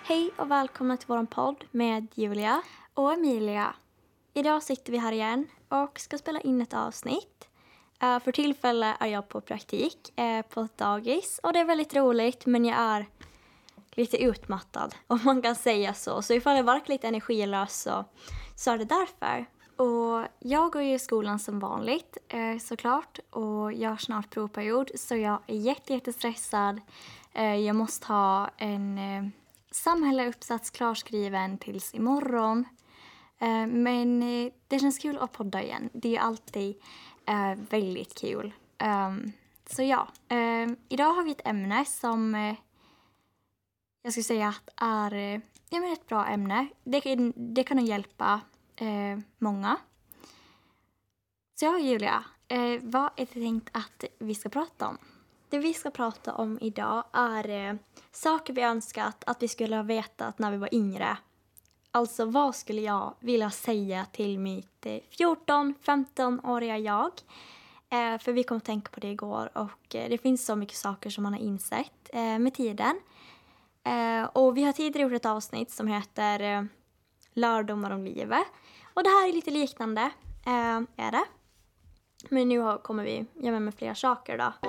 Hej och välkomna till vår podd med Julia och Emilia. Idag sitter vi här igen och ska spela in ett avsnitt. För tillfället är jag på praktik på ett dagis och det är väldigt roligt, men jag är lite utmattad om man kan säga så. Så ifall jag verkar lite energilös så är det därför. Och jag går ju i skolan som vanligt såklart och jag har snart provperiod så jag är jättestressad. Jag måste ha en samhälleuppsats klarskriven tills imorgon. Men det känns kul att podda igen. Det är alltid väldigt kul. Så ja, idag har vi ett ämne som jag skulle säga att är ett bra ämne. Det kan nog hjälpa många. Så ja, Julia, vad är det tänkt att vi ska prata om? Det vi ska prata om idag är saker vi önskat att vi skulle ha vetat när vi var yngre. Alltså vad skulle jag vilja säga till mitt 14-15-åriga jag? För vi kom att tänka på det igår och det finns så mycket saker som man har insett med tiden. Och vi har tidigare gjort ett avsnitt som heter Lärdomar om livet. Och det här är lite liknande, är det. Men nu kommer vi göra med fler saker då.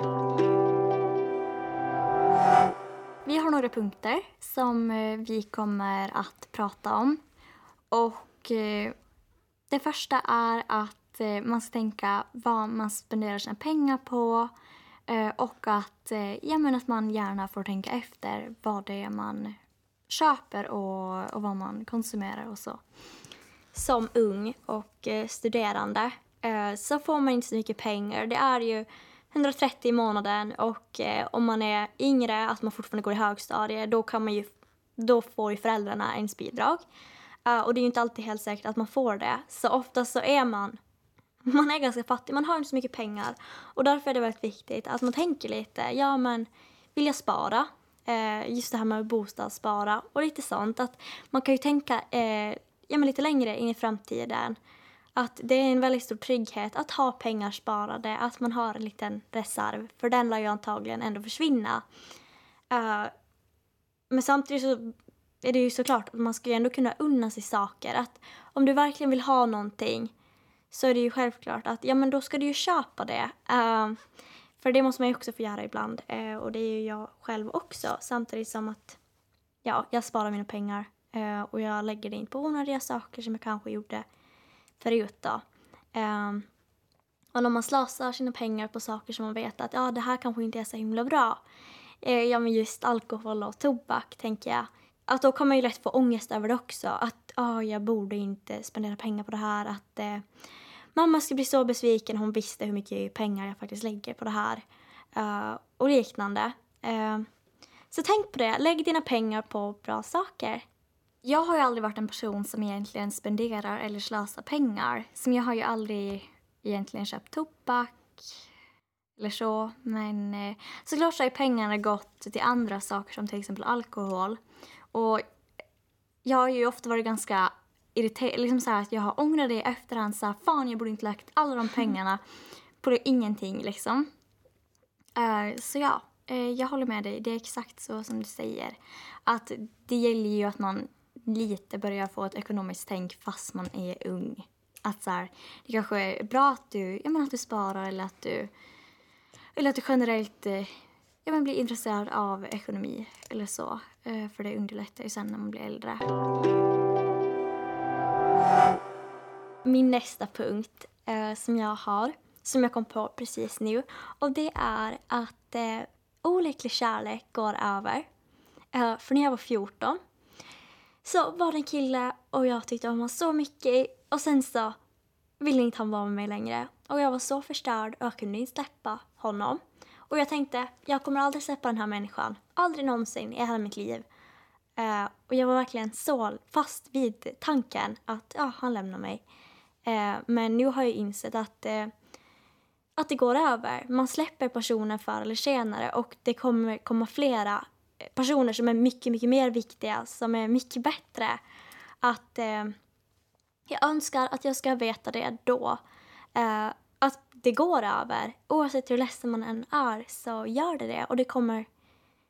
Vi har några punkter som vi kommer att prata om. Och det första är att man ska tänka vad man spenderar sina pengar på. Och att man gärna får tänka efter vad det är man köper och vad man konsumerar och så. Som ung och studerande så får man inte så mycket pengar. Det är ju 130 i månaden och om man är yngre, att man fortfarande går i högstadie, då får ju föräldrarna ens bidrag. Och det är ju inte alltid helt säkert att man får det. Så ofta så är man är ganska fattig, man har inte så mycket pengar. Och därför är det väldigt viktigt att man tänker lite, vill jag spara? Just det här med bostadsspara och lite sånt. Att man kan ju tänka lite längre in i framtiden. Att det är en väldigt stor trygghet att ha pengar sparade. Att man har en liten reserv. För den lär ju antagligen ändå försvinna. Men samtidigt så är det ju såklart att man ska ju ändå kunna unna sig saker. Att om du verkligen vill ha någonting så är det ju självklart att då ska du ju köpa det. För det måste man ju också få göra ibland. Och det är ju jag själv också. Samtidigt som att jag sparar mina pengar. Och jag lägger det in på onödiga saker som jag kanske gjorde förut då. Och när man slösar sina pengar på saker som man vet att det här kanske inte är så himla bra. Men just alkohol och tobak tänker jag. Att då kan man ju lätt få ångest över det också. Att jag borde inte spendera pengar på det här. Att mamma skulle bli så besviken om hon visste hur mycket pengar jag faktiskt lägger på det här. Och liknande. Så tänk på det. Lägg dina pengar på bra saker. Jag har ju aldrig varit en person som egentligen spenderar eller slösar pengar. Som jag har ju aldrig egentligen köpt tobak eller så. Men såklart så har ju pengarna gått till andra saker som till exempel alkohol. Och jag har ju ofta varit ganska irriterad. Liksom så här att jag har ångrat det i efterhand. Så här, fan jag borde inte lagt alla de pengarna på ingenting liksom. Så ja, jag håller med dig. Det är exakt så som du säger. Att det gäller ju att man lite börjar få ett ekonomiskt tänk fast man är ung. Att så här, det kanske är bra att att du sparar eller att du generellt blir intresserad av ekonomi eller så. För det underlättar ju sen när man blir äldre. Min nästa punkt som jag kom på precis nu. Och det är att olycklig kärlek går över. För när jag var 14 så var det en kille och jag tyckte om honom så mycket. Och sen så ville inte han vara med mig längre. Och jag var så förstörd och jag kunde inte släppa honom. Och jag tänkte, jag kommer aldrig släppa den här människan. Aldrig någonsin i hela mitt liv. Och jag var verkligen så fast vid tanken att han lämnar mig. Men nu har jag insett att det går över. Man släpper personer förr eller senare. Och det kommer komma flera personer som är mycket, mycket mer viktiga. Som är mycket bättre. Att jag önskar att jag ska veta det då. Att det går över. Oavsett hur ledsen man än är så gör det. Och det kommer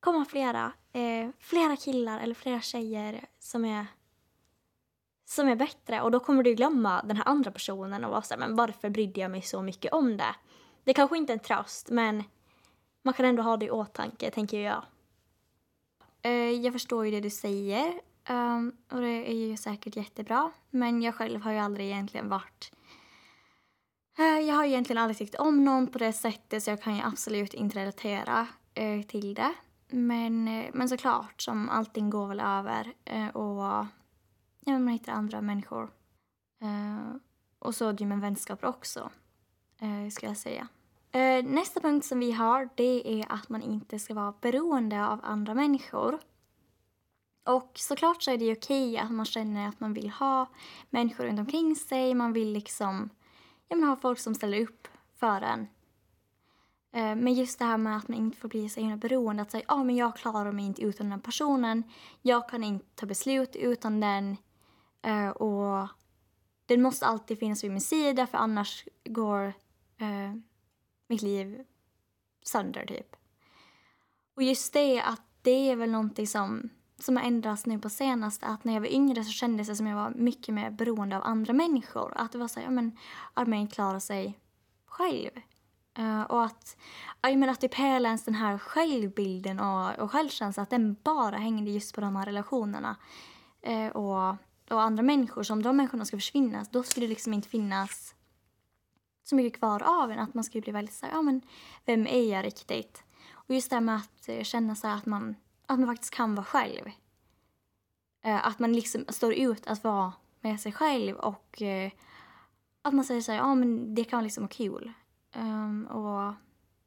komma flera killar eller flera tjejer som är bättre. Och då kommer du glömma den här andra personen och vara så här, men varför brydde jag mig så mycket om det? Det kanske inte är en tröst, men man kan ändå ha det i åtanke, tänker jag. Jag förstår ju det du säger. Och det är ju säkert jättebra. Men jag själv har ju aldrig egentligen varit... Jag har egentligen aldrig tyckt om någon på det sättet, så jag kan ju absolut inte relatera till det. Men såklart, som allting går väl över. Och man hittar andra människor. Och så är det ju med vänskaper också, ska jag säga. Nästa punkt som vi har, det är att man inte ska vara beroende av andra människor. Och såklart så är det okej att man känner att man vill ha människor runt omkring sig. Man vill liksom ha folk som ställer upp för en. Men just det här med att man inte får bli så himla beroende. Att säga, men jag klarar mig inte utan den här personen. Jag kan inte ta beslut utan den. Och den måste alltid finnas vid min sida, för annars går mitt liv sönder typ. Och just det, att det är väl någonting som har ändrats nu på senaste. Att när jag var yngre så kändes det som jag var mycket mer beroende av andra människor. Att det var så här, att man inte klarar sig själv. Och att typ hela ens den här självbilden och självkänslan, att den bara hängde just på de här relationerna. Och andra människor, som de människorna ska försvinna, då skulle det liksom inte finnas så mycket kvar av en. Att man skulle bli väldigt så här, vem är jag riktigt? Och just det här med att känna så här att man faktiskt kan vara själv. Att man liksom står ut att vara med sig själv. Och att man säger så här, men det kan vara liksom vara kul. Och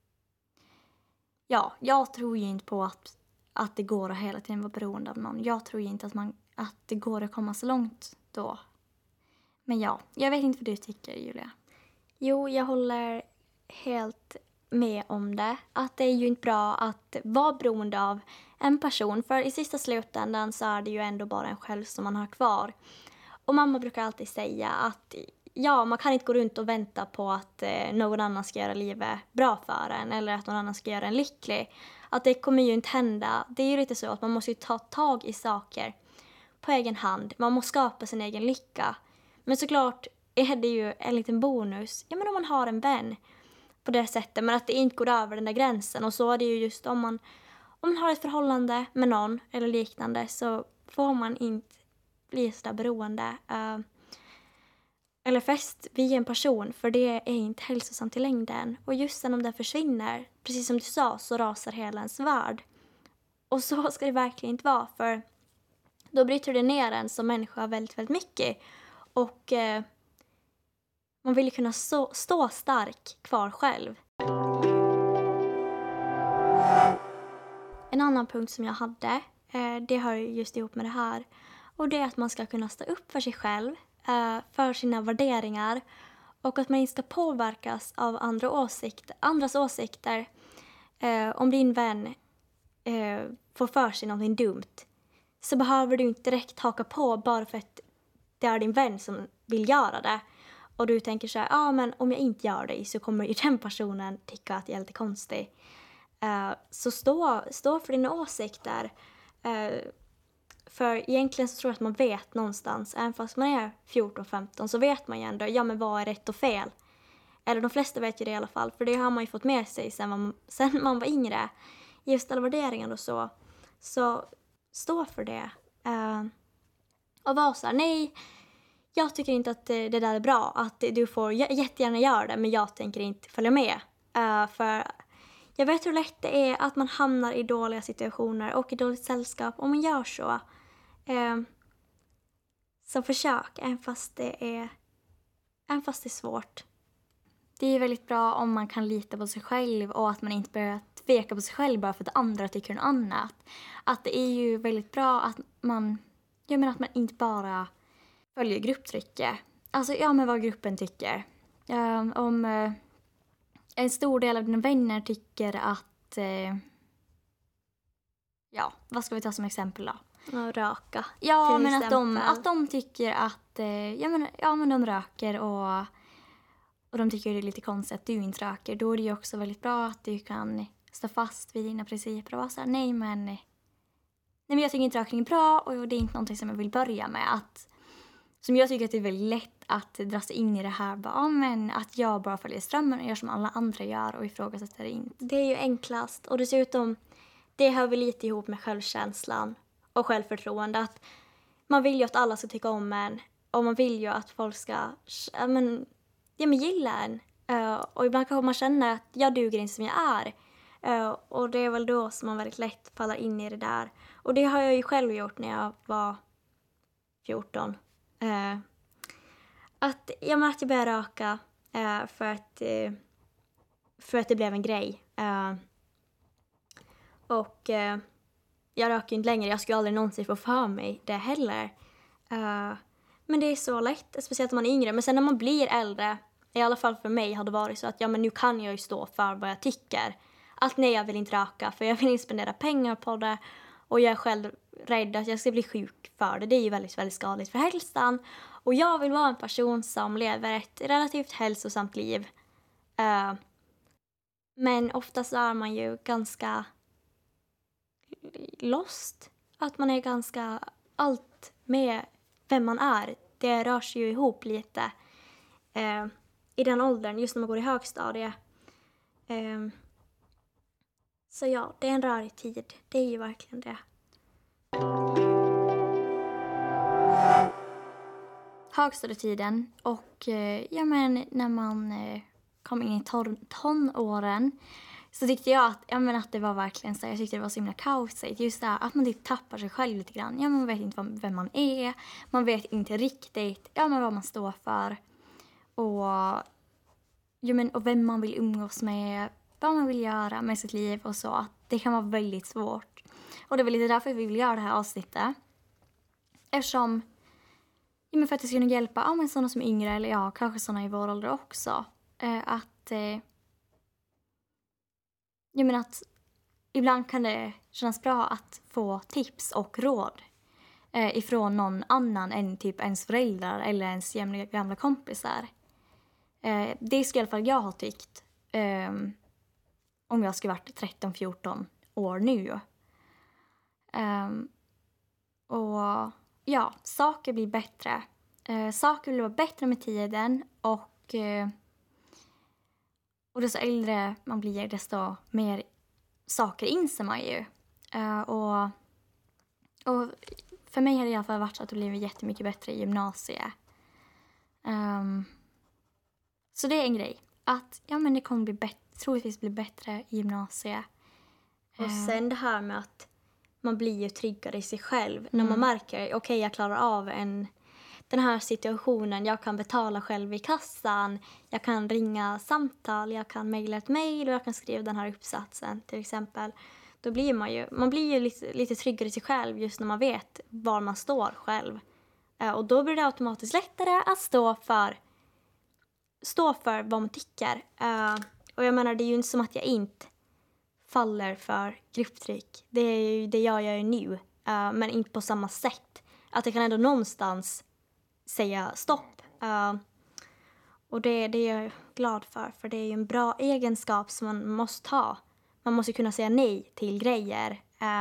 ja, jag tror ju inte på att det går att hela tiden vara beroende av någon. Jag tror ju inte att det går att komma så långt då. Men ja, jag vet inte vad du tycker, Julia. Jo, jag håller helt med om det. Att det är ju inte bra att vara beroende av en person. För i sista slutändan så är det ju ändå bara en själv som man har kvar. Och mamma brukar alltid säga att man kan inte gå runt och vänta på att någon annan ska göra livet bra för en. Eller att någon annan ska göra en lycklig. Att det kommer ju inte hända. Det är ju lite så att man måste ju ta tag i saker på egen hand. Man måste skapa sin egen lycka. Men såklart är det ju en liten bonus. Om man har en vän på det sättet. Men att det inte går över den där gränsen. Och så är det ju just om man har ett förhållande med någon eller liknande, så får man inte bli så där beroende. Eller fäst vid en person, för det är inte hälsosamt i längden. Och just sen om den försvinner, precis som du sa, så rasar hela ens värld. Och så ska det verkligen inte vara, för då bryter det ner en som människa väldigt, väldigt mycket. Och man vill ju kunna stå stark kvar själv. En annan punkt som jag hade, det hör just ihop med det här. Och det är att man ska kunna stå upp för sig själv, för sina värderingar. Och att man inte ska påverkas av andras åsikter. Om din vän får för sig någonting dumt, så behöver du inte direkt haka på bara för att det är din vän som vill göra det. Och du tänker så här, men om jag inte gör det så kommer ju den personen tycka att jag är lite konstig. Så stå för dina åsikter. För egentligen så tror jag att man vet någonstans, även fast man är 14-15, så vet man ju ändå, men vad är rätt och fel? Eller de flesta vet ju det i alla fall, för det har man ju fått med sig sen man var yngre. Just alla värderingar och så. Så stå för det. Och var så här, nej, jag tycker inte att det där är bra. Att du får jättegärna göra det, men jag tänker inte följa med. För jag vet hur lätt det är att man hamnar i dåliga situationer och i dåligt sällskap om man gör så. Så försök, även fast det är svårt. Det är väldigt bra om man kan lita på sig själv och att man inte börjar tveka på sig själv bara för att andra tycker något annat. Att det är ju väldigt bra att man inte bara följer grupptrycket. Alltså, men vad gruppen tycker. Om en stor del av dina vänner tycker att... vad ska vi ta som exempel då? Röka. Ja, men att de tycker att... de röker och de tycker det är lite konstigt att du inte röker. Då är det ju också väldigt bra att du kan stå fast vid dina principer och vara så här, nej men jag tycker inte rökning är bra och det är inte någonting som jag vill börja med. Som jag tycker att det är väldigt lätt att dra sig in i det här. Men att jag bara följer strömmen och gör som alla andra gör och ifrågasätter det inte. Det är ju enklast. Och dessutom, det hör väl lite ihop med självkänslan och självförtroende. Att man vill ju att alla ska tycka om en. Och man vill ju att folk ska gilla en. Och ibland kan man känna att jag duger inte som jag är. Och det är väl då som man väldigt lätt faller in i det där. Och det har jag ju själv gjort när jag var 14. Att jag började röka för att det blev en grej. Och jag röker inte längre. Jag skulle aldrig någonsin få för mig det heller. Men det är så lätt, speciellt om man är yngre. Men sen när man blir äldre, i alla fall för mig har det varit så att men nu kan jag ju stå för vad jag tycker. Att nej, jag vill inte röka för jag vill inte spendera pengar på det. Och jag är själv rädd att jag ska bli sjuk för det. Det är ju väldigt, väldigt skadligt för hälsan. Och jag vill vara en person som lever ett relativt hälsosamt liv. Men oftast är man ju ganska lost. Att man är ganska allt med vem man är. Det rör sig ju ihop lite i den åldern, just när man går i högstadiet. Så ja, det är en rörig tid. Det är ju verkligen det. Högstadietiden och när man kom in i tonåren så tyckte jag att det var verkligen så. Jag tyckte det var så himla kaosigt. Just det att man typ tappar sig själv lite grann. Man vet inte vem man är. Man vet inte riktigt vad man står för. Och vem man vill umgås med. Vad man vill göra med sitt liv och så. Det kan vara väldigt svårt. Och det är väl lite därför vi vill göra det här avsnittet. Eftersom för att det ska kunna hjälpa sådana som är yngre eller kanske sådana i vår ålder också. Att ibland kan det kännas bra att få tips och råd ifrån någon annan än typ ens föräldrar eller ens gamla kompisar. Det skulle i alla fall jag ha tyckt om jag skulle varit 13-14 år nu. Och ja, saker blir bättre. Saker blir bättre med tiden och desto äldre man blir desto mer saker inser man ju. Och för mig har det i alla fall varit så att det blivit jättemycket bättre i gymnasiet. Så det är en grej. Att det kommer troligtvis bli bättre i gymnasiet. Och sen det här med att man blir ju tryggare i sig själv. När man märker, okej, jag klarar av den här situationen. Jag kan betala själv i kassan. Jag kan ringa samtal. Jag kan mejla ett mejl. Och jag kan skriva den här uppsatsen till exempel. Då blir man blir ju lite tryggare i sig själv just när man vet var man står själv. Och då blir det automatiskt lättare att stå för vad man tycker. Och jag menar, det är ju inte som att jag inte faller för grupptryck. Det gör jag ju nu. Men inte på samma sätt. Att jag kan ändå någonstans säga stopp. Och det är jag glad för det är ju en bra egenskap som man måste ha. Man måste kunna säga nej till grejer.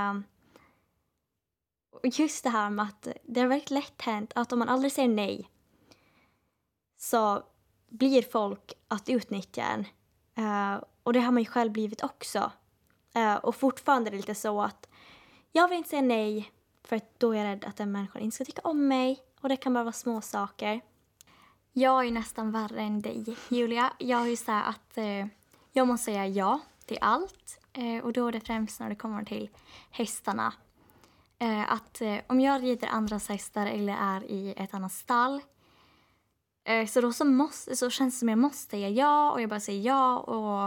Och just det här med att det är väldigt lätt hänt att om man aldrig säger nej så blir folk att utnyttja en. Och det har man ju själv blivit också. Och fortfarande är det lite så att jag vill inte säga nej för att då är jag rädd att den människan inte ska tycka om mig. Och det kan bara vara små saker. Jag är nästan värre än dig, Julia. Jag har ju så här att jag måste säga ja till allt. Och då är det främst när det kommer till hästarna. Att om jag rider andras hästar eller är i ett annat stall. Så då så känns det som jag måste säga ja. Och jag bara säger ja.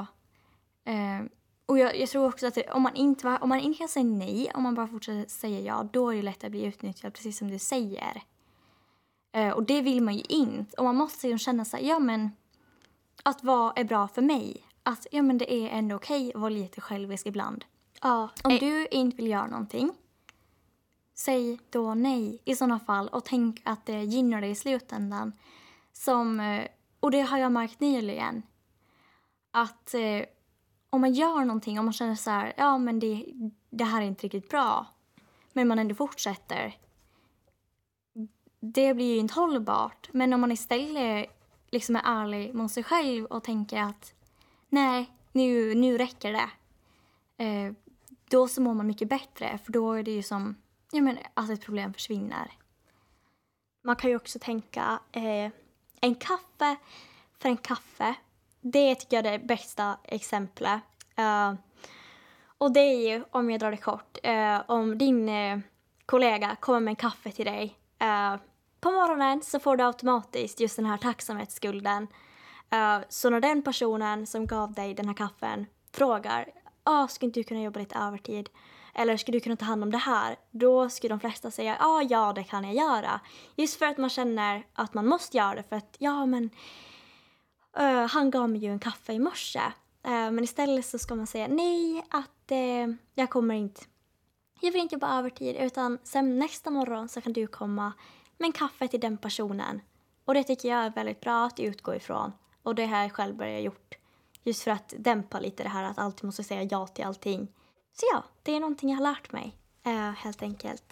Och jag tror också att om man inte kan säga nej. Om man bara fortsätter säga ja. Då är det lätt att bli utnyttjad, precis som du säger. Och det vill man ju inte. Och man måste ju känna sig, att vad är bra för mig. Att det är ändå okej att vara lite självisk ibland. Ja. Om du inte vill göra någonting, säg då nej i sådana fall. Och tänk att det gynnar dig i slutändan. Och det har jag märkt nyligen. Att om man gör någonting, om man känner så här, ja men det här är inte riktigt bra, men man ändå fortsätter, det blir ju inte hållbart. Men om man istället liksom är ärlig mot sig själv och tänker att nej, nu räcker det, då så mår man mycket bättre, för då är det ju som att ett problem försvinner. Man kan ju också tänka en kaffe för en kaffe. Det tycker jag är det bästa exemplet. Och det är ju, om jag drar det kort, om din kollega kommer med en kaffe till dig. På morgonen så får du automatiskt just den här tacksamhetsskulden. Så när den personen som gav dig den här kaffen frågar, skulle inte du kunna jobba lite övertid? Eller skulle du kunna ta hand om det här? Då skulle de flesta säga, ja det kan jag göra. Just för att man känner att man måste göra det. För att, han gav mig ju en kaffe i morse. Men istället så ska man säga, nej, att jag vill inte jobba övertid. Utan sen nästa morgon så kan du komma med en kaffe till den personen. Och det tycker jag är väldigt bra att utgå ifrån. Och det har jag själv börjat gjort. Just för att dämpa lite det här att alltid måste säga ja till allting. Så ja, det är någonting jag har lärt mig. Helt enkelt.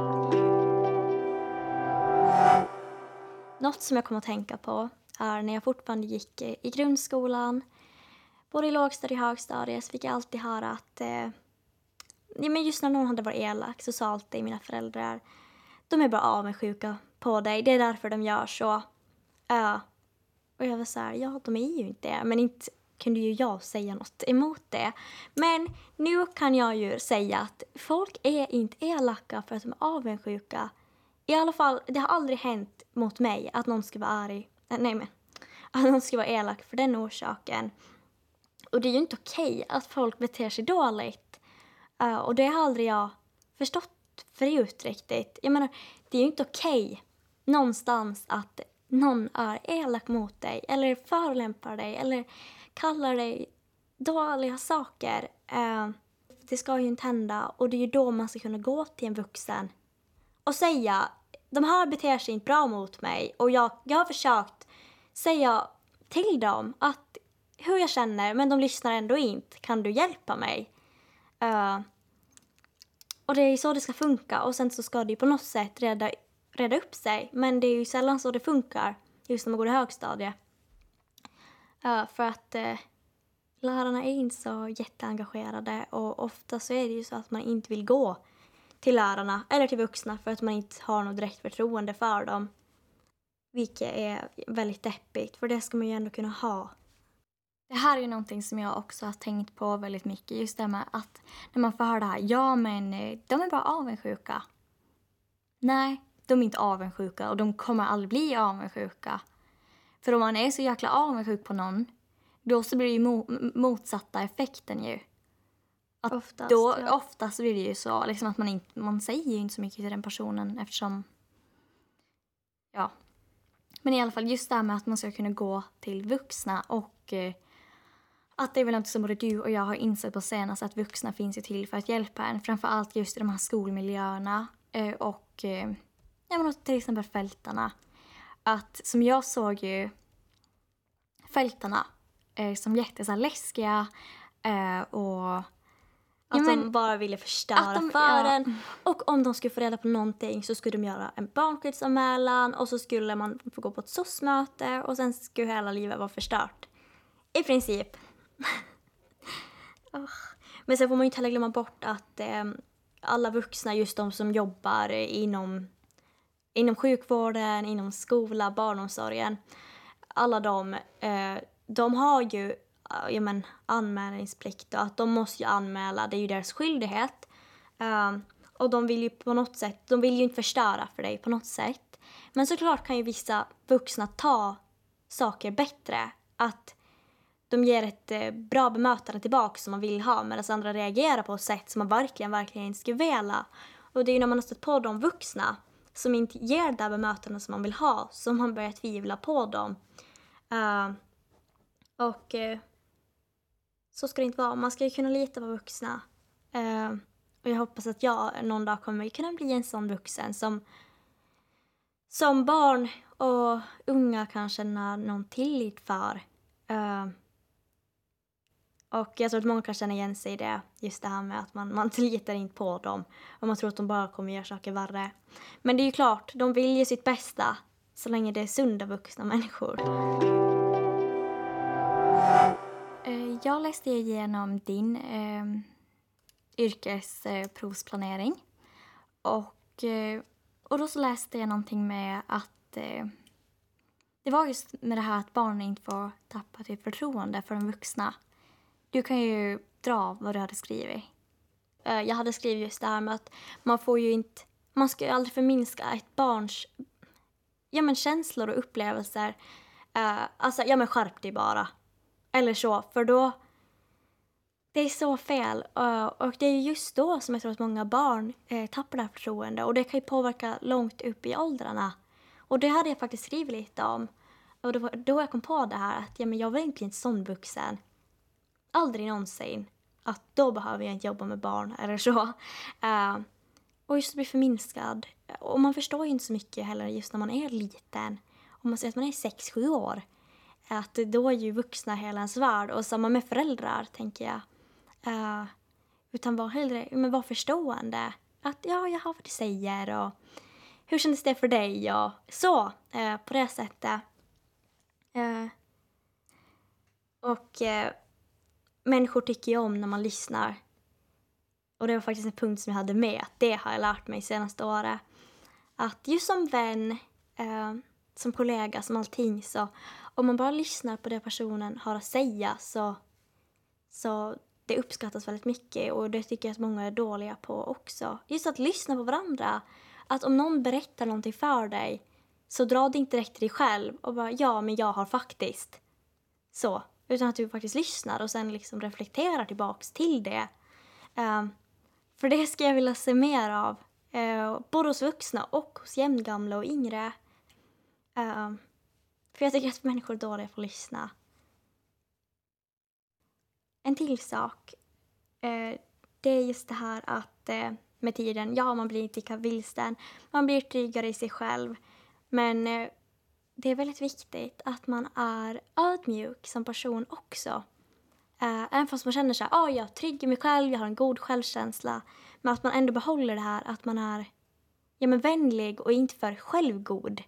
Något som jag kommer att tänka på är när jag fortfarande gick i grundskolan. Både i lågstadie och högstadie så fick jag alltid höra att men just när någon hade varit elak så sa alltid mina föräldrar, de är bara avundsjuka på dig. Det är därför de gör så. Och jag var så här, ja de är ju inte det. Men inte kunde ju jag säga något emot det. Men nu kan jag ju säga att folk är inte elaka för att de är avundsjuka. I alla fall, det har aldrig hänt mot mig att någon ska vara arg. Att någon ska vara elak för den orsaken. Och det är ju inte okej att folk beter sig dåligt. Och det har aldrig jag förstått förut riktigt. Jag menar, det är ju inte okej någonstans att någon är elak mot dig. Eller förolämpar dig. Eller kallar dig dåliga saker. Det ska ju inte hända. Och det är ju då man ska kunna gå till en vuxen och säga, de här beter sig inte bra mot mig. Och jag har försökt säga till dem att hur jag känner, men de lyssnar ändå inte. Kan du hjälpa mig? Och det är ju så det ska funka. Och sen så ska det ju på något sätt reda upp sig. Men det är ju sällan så det funkar. Just när man går i högstadie. För att lärarna är inte så jätteengagerade. Och ofta så är det ju så att man inte vill gå till lärarna. Eller till vuxna för att man inte har något direkt förtroende för dem. Vilket är väldigt deppigt. För det ska man ju ändå kunna ha. Det här är ju någonting som jag också har tänkt på väldigt mycket. Just det med att när man får höra det här, ja men de är bara avundsjuka. Nej, de är inte avundsjuka och de kommer aldrig bli avundsjuka. För om man är så jäkla avundsjuk på någon, då så blir det ju motsatta effekten ju. Att oftast blir det ju så liksom att man säger ju inte så mycket till den personen eftersom, ja. Men i alla fall just det här med att man ska kunna gå till vuxna och att det är väl något som både du och jag har insett på senast, att vuxna finns ju till för att hjälpa en. Framförallt just i de här skolmiljöerna och till exempel fältarna. Att som jag såg ju fältarna som så här läskiga och att de bara ville förstöra för en. Och om de skulle få reda på någonting så skulle de göra en barnskyddsanmälan. Och så skulle man få gå på ett SOS-möte. Och sen skulle hela livet vara förstört. I princip. Men sen får man ju inte heller glömma bort att alla vuxna, just de som jobbar inom sjukvården, inom skola, barnomsorgen. Alla de har ju anmälningsplikt och att de måste ju anmäla, det är ju deras skyldighet. Och de vill ju på något sätt, de vill ju inte förstöra för dig på något sätt. Men såklart kan ju vissa vuxna ta saker bättre. Att de ger ett bra bemötande tillbaka som man vill ha, medan andra reagerar på ett sätt som man verkligen inte skulle vilja. Och det är ju när man har stött på de vuxna som inte ger det bemötande som man vill ha som man börjar tvivla på dem. Så ska det inte vara. Man ska ju kunna lita på vuxna. Och jag hoppas att jag någon dag kommer kunna bli en sån vuxen som barn och unga kan känna någon tillit för. Och jag tror att många kan känna igen sig i det. Just det här med att man litar inte på dem. Och man tror att de bara kommer göra saker värre. Men det är ju klart, de vill ju sitt bästa. Så länge det är sunda vuxna människor. Jag läste igenom din yrkesprovsplanering. Och då så läste jag någonting med att det var just med det här att barnen inte får tappa typ förtroende för de vuxna. Du kan ju dra vad du hade skrivit. Jag hade skrivit just det här med att man ska ju aldrig förminska ett barns känslor och upplevelser. Skärp dig bara. Eller så, för då det är så fel. Och det är just då som jag tror att många barn tappar det här förtroende. Och det kan ju påverka långt upp i åldrarna. Och det hade jag faktiskt skrivit lite om. Och det var då jag kom på det här att jag vill inte bli en sån vuxen. Aldrig någonsin. Att då behöver jag inte jobba med barn eller så. Och just att bli förminskad. Och man förstår ju inte så mycket heller just när man är liten. Om man säger att man är 6-7 år. Att då är ju vuxna hela ens värld. Och samma med föräldrar, tänker jag. Utan var förstående. Att jag hör vad du säger. Och hur kändes det för dig? Och så, på det sättet. Människor tycker ju om när man lyssnar. Och det var faktiskt en punkt som jag hade med. Att det har jag lärt mig senaste året. Att just som vän, som kollega, som allting. Så om man bara lyssnar på det personen har att säga så det uppskattas väldigt mycket. Och det tycker jag att många är dåliga på också. Just att lyssna på varandra. Att om någon berättar någonting för dig så dra det inte direkt till dig själv. Och bara, men jag har faktiskt. Så. Utan att du faktiskt lyssnar och sen liksom reflekterar tillbaks till det. För det ska jag vilja se mer av. Både hos vuxna och hos jämngamla och yngre. För jag tycker att människor är dåliga på att lyssna. En till sak. Det är just det här att med tiden, man blir inte lika vilsen. Man blir tryggare i sig själv. Men det är väldigt viktigt att man är ödmjuk som person också. Även fast man känner sig jag är trygg i mig själv, jag har en god självkänsla. Men att man ändå behåller det här att man är vänlig och inte för självgod.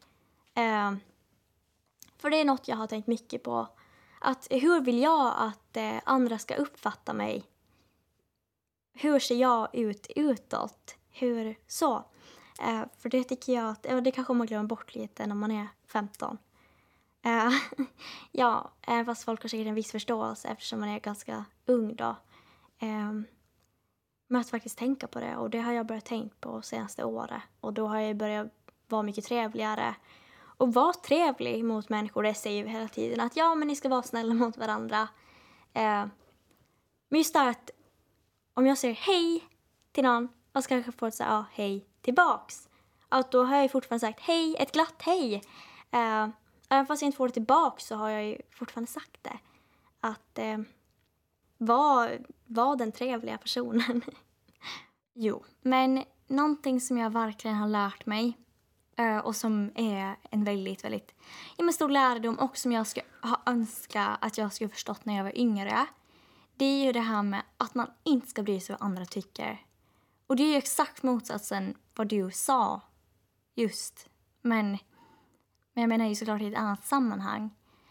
För det är något jag har tänkt mycket på. Att hur vill jag att andra ska uppfatta mig? Hur ser jag ut utåt? Hur så? För det tycker jag att det kanske man glömmer bort lite när man är 15. Fast folk har säkert en viss förståelse eftersom man är ganska ung då. Men att faktiskt tänka på det. Och det har jag börjat tänka på senaste året. Och då har jag börjat vara mycket trevligare. Och vara trevlig mot människor, det säger vi hela tiden. Att men ni ska vara snälla mot varandra. Men just det här att om jag säger hej till någon och ska kanske få ett säga hej tillbaks. Att då har jag fortfarande sagt hej, ett glatt hej. Även fast jag inte får det tillbaks så har jag ju fortfarande sagt det. Att var den trevliga personen. Jo, men någonting som jag verkligen har lärt mig och som är en väldigt, väldigt stor lärdom och som jag skulle ha önskat att jag skulle förstått när jag var yngre. Det är ju det här med att man inte ska bry sig vad andra tycker. Och det är ju exakt motsatsen vad du sa just. Men jag menar ju såklart i ett annat sammanhang.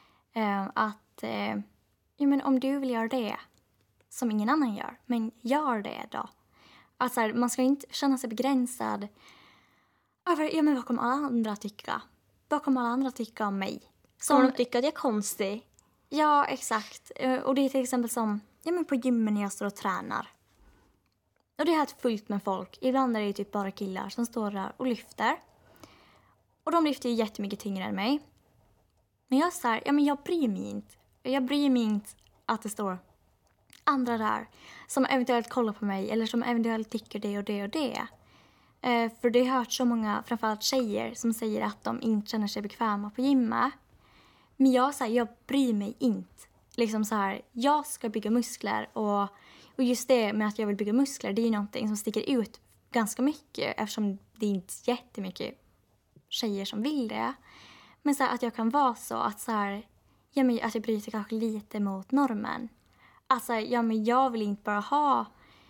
Om du vill göra det som ingen annan gör, men gör det då. Alltså man ska inte känna sig begränsad över, vad kommer alla andra tycka? Vad kommer alla andra tycka om mig? Kommer de tycka att jag är konstig? Ja, exakt. Och det är till exempel som på gymmen när jag står och tränar. Och det är helt fullt med folk. Ibland är det typ bara killar som står där och lyfter. Och de lyfter ju jättemycket tyngre än mig. Men jag säger, jag bryr mig inte. Jag bryr mig inte att det står andra där som eventuellt kollar på mig eller som eventuellt tycker det och det och det. För det har jag hört så många, framförallt tjejer, som säger att de inte känner sig bekväma på gymmet. Men jag bryr mig inte. Jag ska bygga muskler och just det med att jag vill bygga muskler, det är ju någonting som sticker ut ganska mycket eftersom det är inte jättemycket tjejer som vill det. Men att jag kan vara så att att jag bryter kanske lite mot normen. Alltså, men jag vill inte bara ha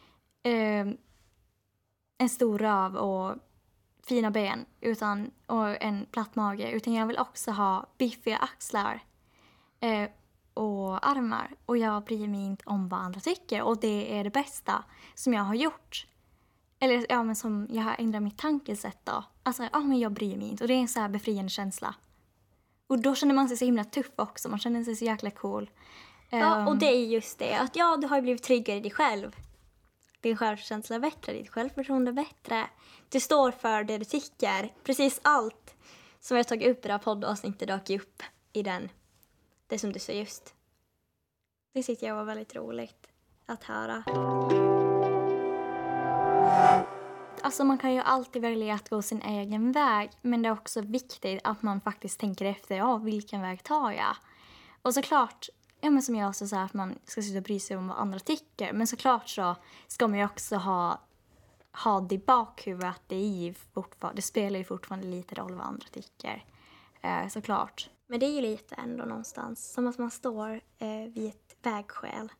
en stor röv och fina ben och en platt mage. Utan jag vill också ha biffiga axlar och armar. Och jag bryr mig inte om vad andra tycker. Och det är det bästa som jag har gjort. Eller men som jag har ändrat mitt tankesätt då. Alltså, men jag bryr mig inte. Och det är en så här befriande känsla. Och då känner man sig så himla tuff också. Man känner sig så jäkla cool. Ja, och det är just det. Att du har ju blivit tryggare i dig själv. Din självkänsla är bättre, ditt självförtroende är bättre. Du står för det du tycker. Precis allt som jag tagit upp i det här poddavsnittet dök upp i det som du sa just. Det tyckte jag var väldigt roligt att höra. Alltså man kan ju alltid välja att gå sin egen väg. Men det är också viktigt att man faktiskt tänker efter. Vilken väg tar jag? Och såklart, men som jag också sa, att man ska sluta bry sig om vad andra tycker. Men såklart så ska man ju också ha det i bakhuvudet. Att det spelar ju fortfarande lite roll vad andra tycker. Såklart. Men det är ju lite ändå någonstans som att man står vid ett vägskäl.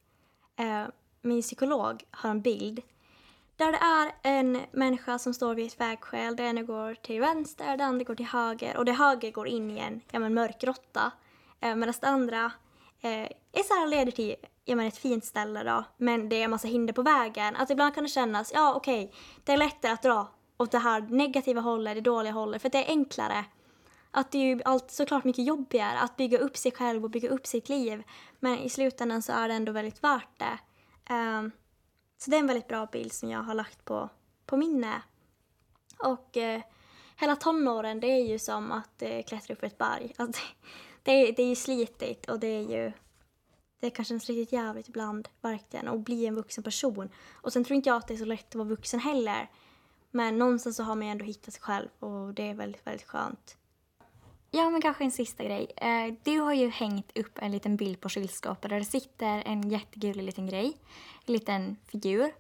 Min psykolog har en bild där det är en människa som står vid ett vägskäl. Det ena går till vänster, det andra går till höger. Och det höger går in i en mörk råtta. Medan det andra är så här leder till ett fint ställe då. Men det är en massa hinder på vägen. Att ibland kan det kännas, det är lättare att dra åt det här negativa hållet, det dåliga hållet. För det är enklare. Att det är ju alltid såklart mycket jobbigare att bygga upp sig själv och bygga upp sitt liv. Men i slutändan så är det ändå väldigt värt det. Så det är en väldigt bra bild som jag har lagt på minne. Och hela tonåren, det är ju som att klättra upp för ett berg. Alltså, det är ju slitigt och det kan kännas riktigt jävligt ibland, verkligen. Och bli en vuxen person. Och sen tror inte jag att det är så lätt att vara vuxen heller. Men någonstans så har man ändå hittat sig själv och det är väldigt, väldigt skönt. Ja, men kanske en sista grej. Du har ju hängt upp en liten bild på kylskåpet där det sitter en jättegullig liten grej. En liten figur.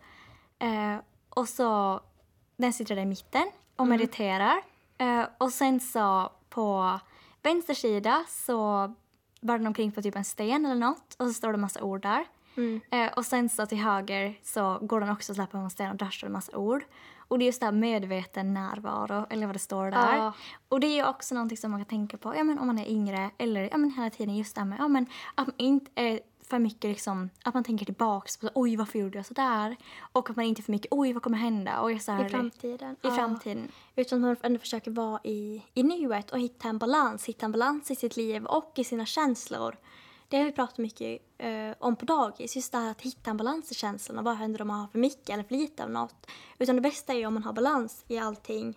Och så, den sitter där i mitten och mediterar. Och sen så på vänster sida så var den omkring på typ en sten eller något. Och så står det en massa ord där. Och sen så till höger så går den också så här på en sten och där står det en massa ord. Och det är just det här medveten närvaro, eller vad det står där. Ja. Och det är ju också någonting som man kan tänka på, om man är yngre. Eller hela tiden just det här med, att man inte är för mycket liksom, att man tänker tillbaks på, oj varför gjorde jag så där? Och att man inte är för mycket, oj vad kommer hända? Och så här, I framtiden. I framtiden. Utan man ändå försöker vara i nuet och hitta en balans i sitt liv och i sina känslor. Det har vi pratat mycket om på dagis. Just det här att hitta en balans i känslorna. Vad händer om man har för mycket eller för lite av något? Utan det bästa är ju om man har balans i allting.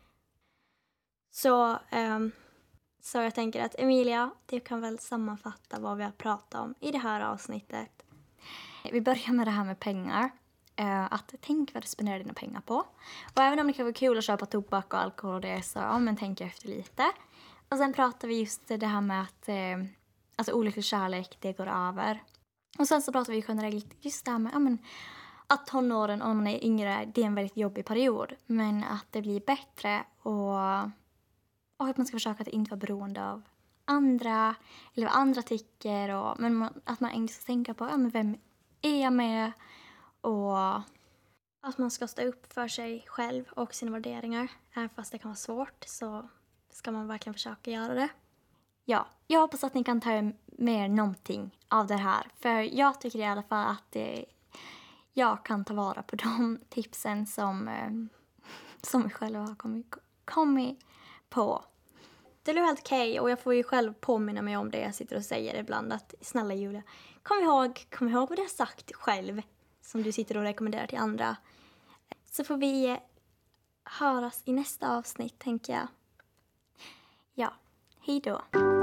Så jag tänker att Emilia, du kan väl sammanfatta vad vi har pratat om i det här avsnittet. Vi börjar med det här med pengar. Att tänk vad du spenderar dina pengar på. Och även om det kan vara kul att köpa tobak och alkohol och det så, tänk efter lite. Och sen pratar vi just det här med att alltså olycklig kärlek, det går över. Och sen så pratar vi generellt just det här med att tonåren, om man är yngre, det är en väldigt jobbig period. Men att det blir bättre och att man ska försöka att inte vara beroende av andra. Eller vad andra tycker. Men att man ändå ska tänka på, vem är jag med? Och att man ska stå upp för sig själv och sina värderingar. Även fast det kan vara svårt så ska man verkligen försöka göra det. Ja, jag hoppas att ni kan ta med någonting av det här. För jag tycker i alla fall att jag kan ta vara på de tipsen som vi själva har kommit på. Det är helt okej och jag får ju själv påminna mig om det jag sitter och säger ibland. Att snälla Julia, kom ihåg vad du har sagt själv. Som du sitter och rekommenderar till andra. Så får vi höras i nästa avsnitt, tänker jag. Ja, hej då.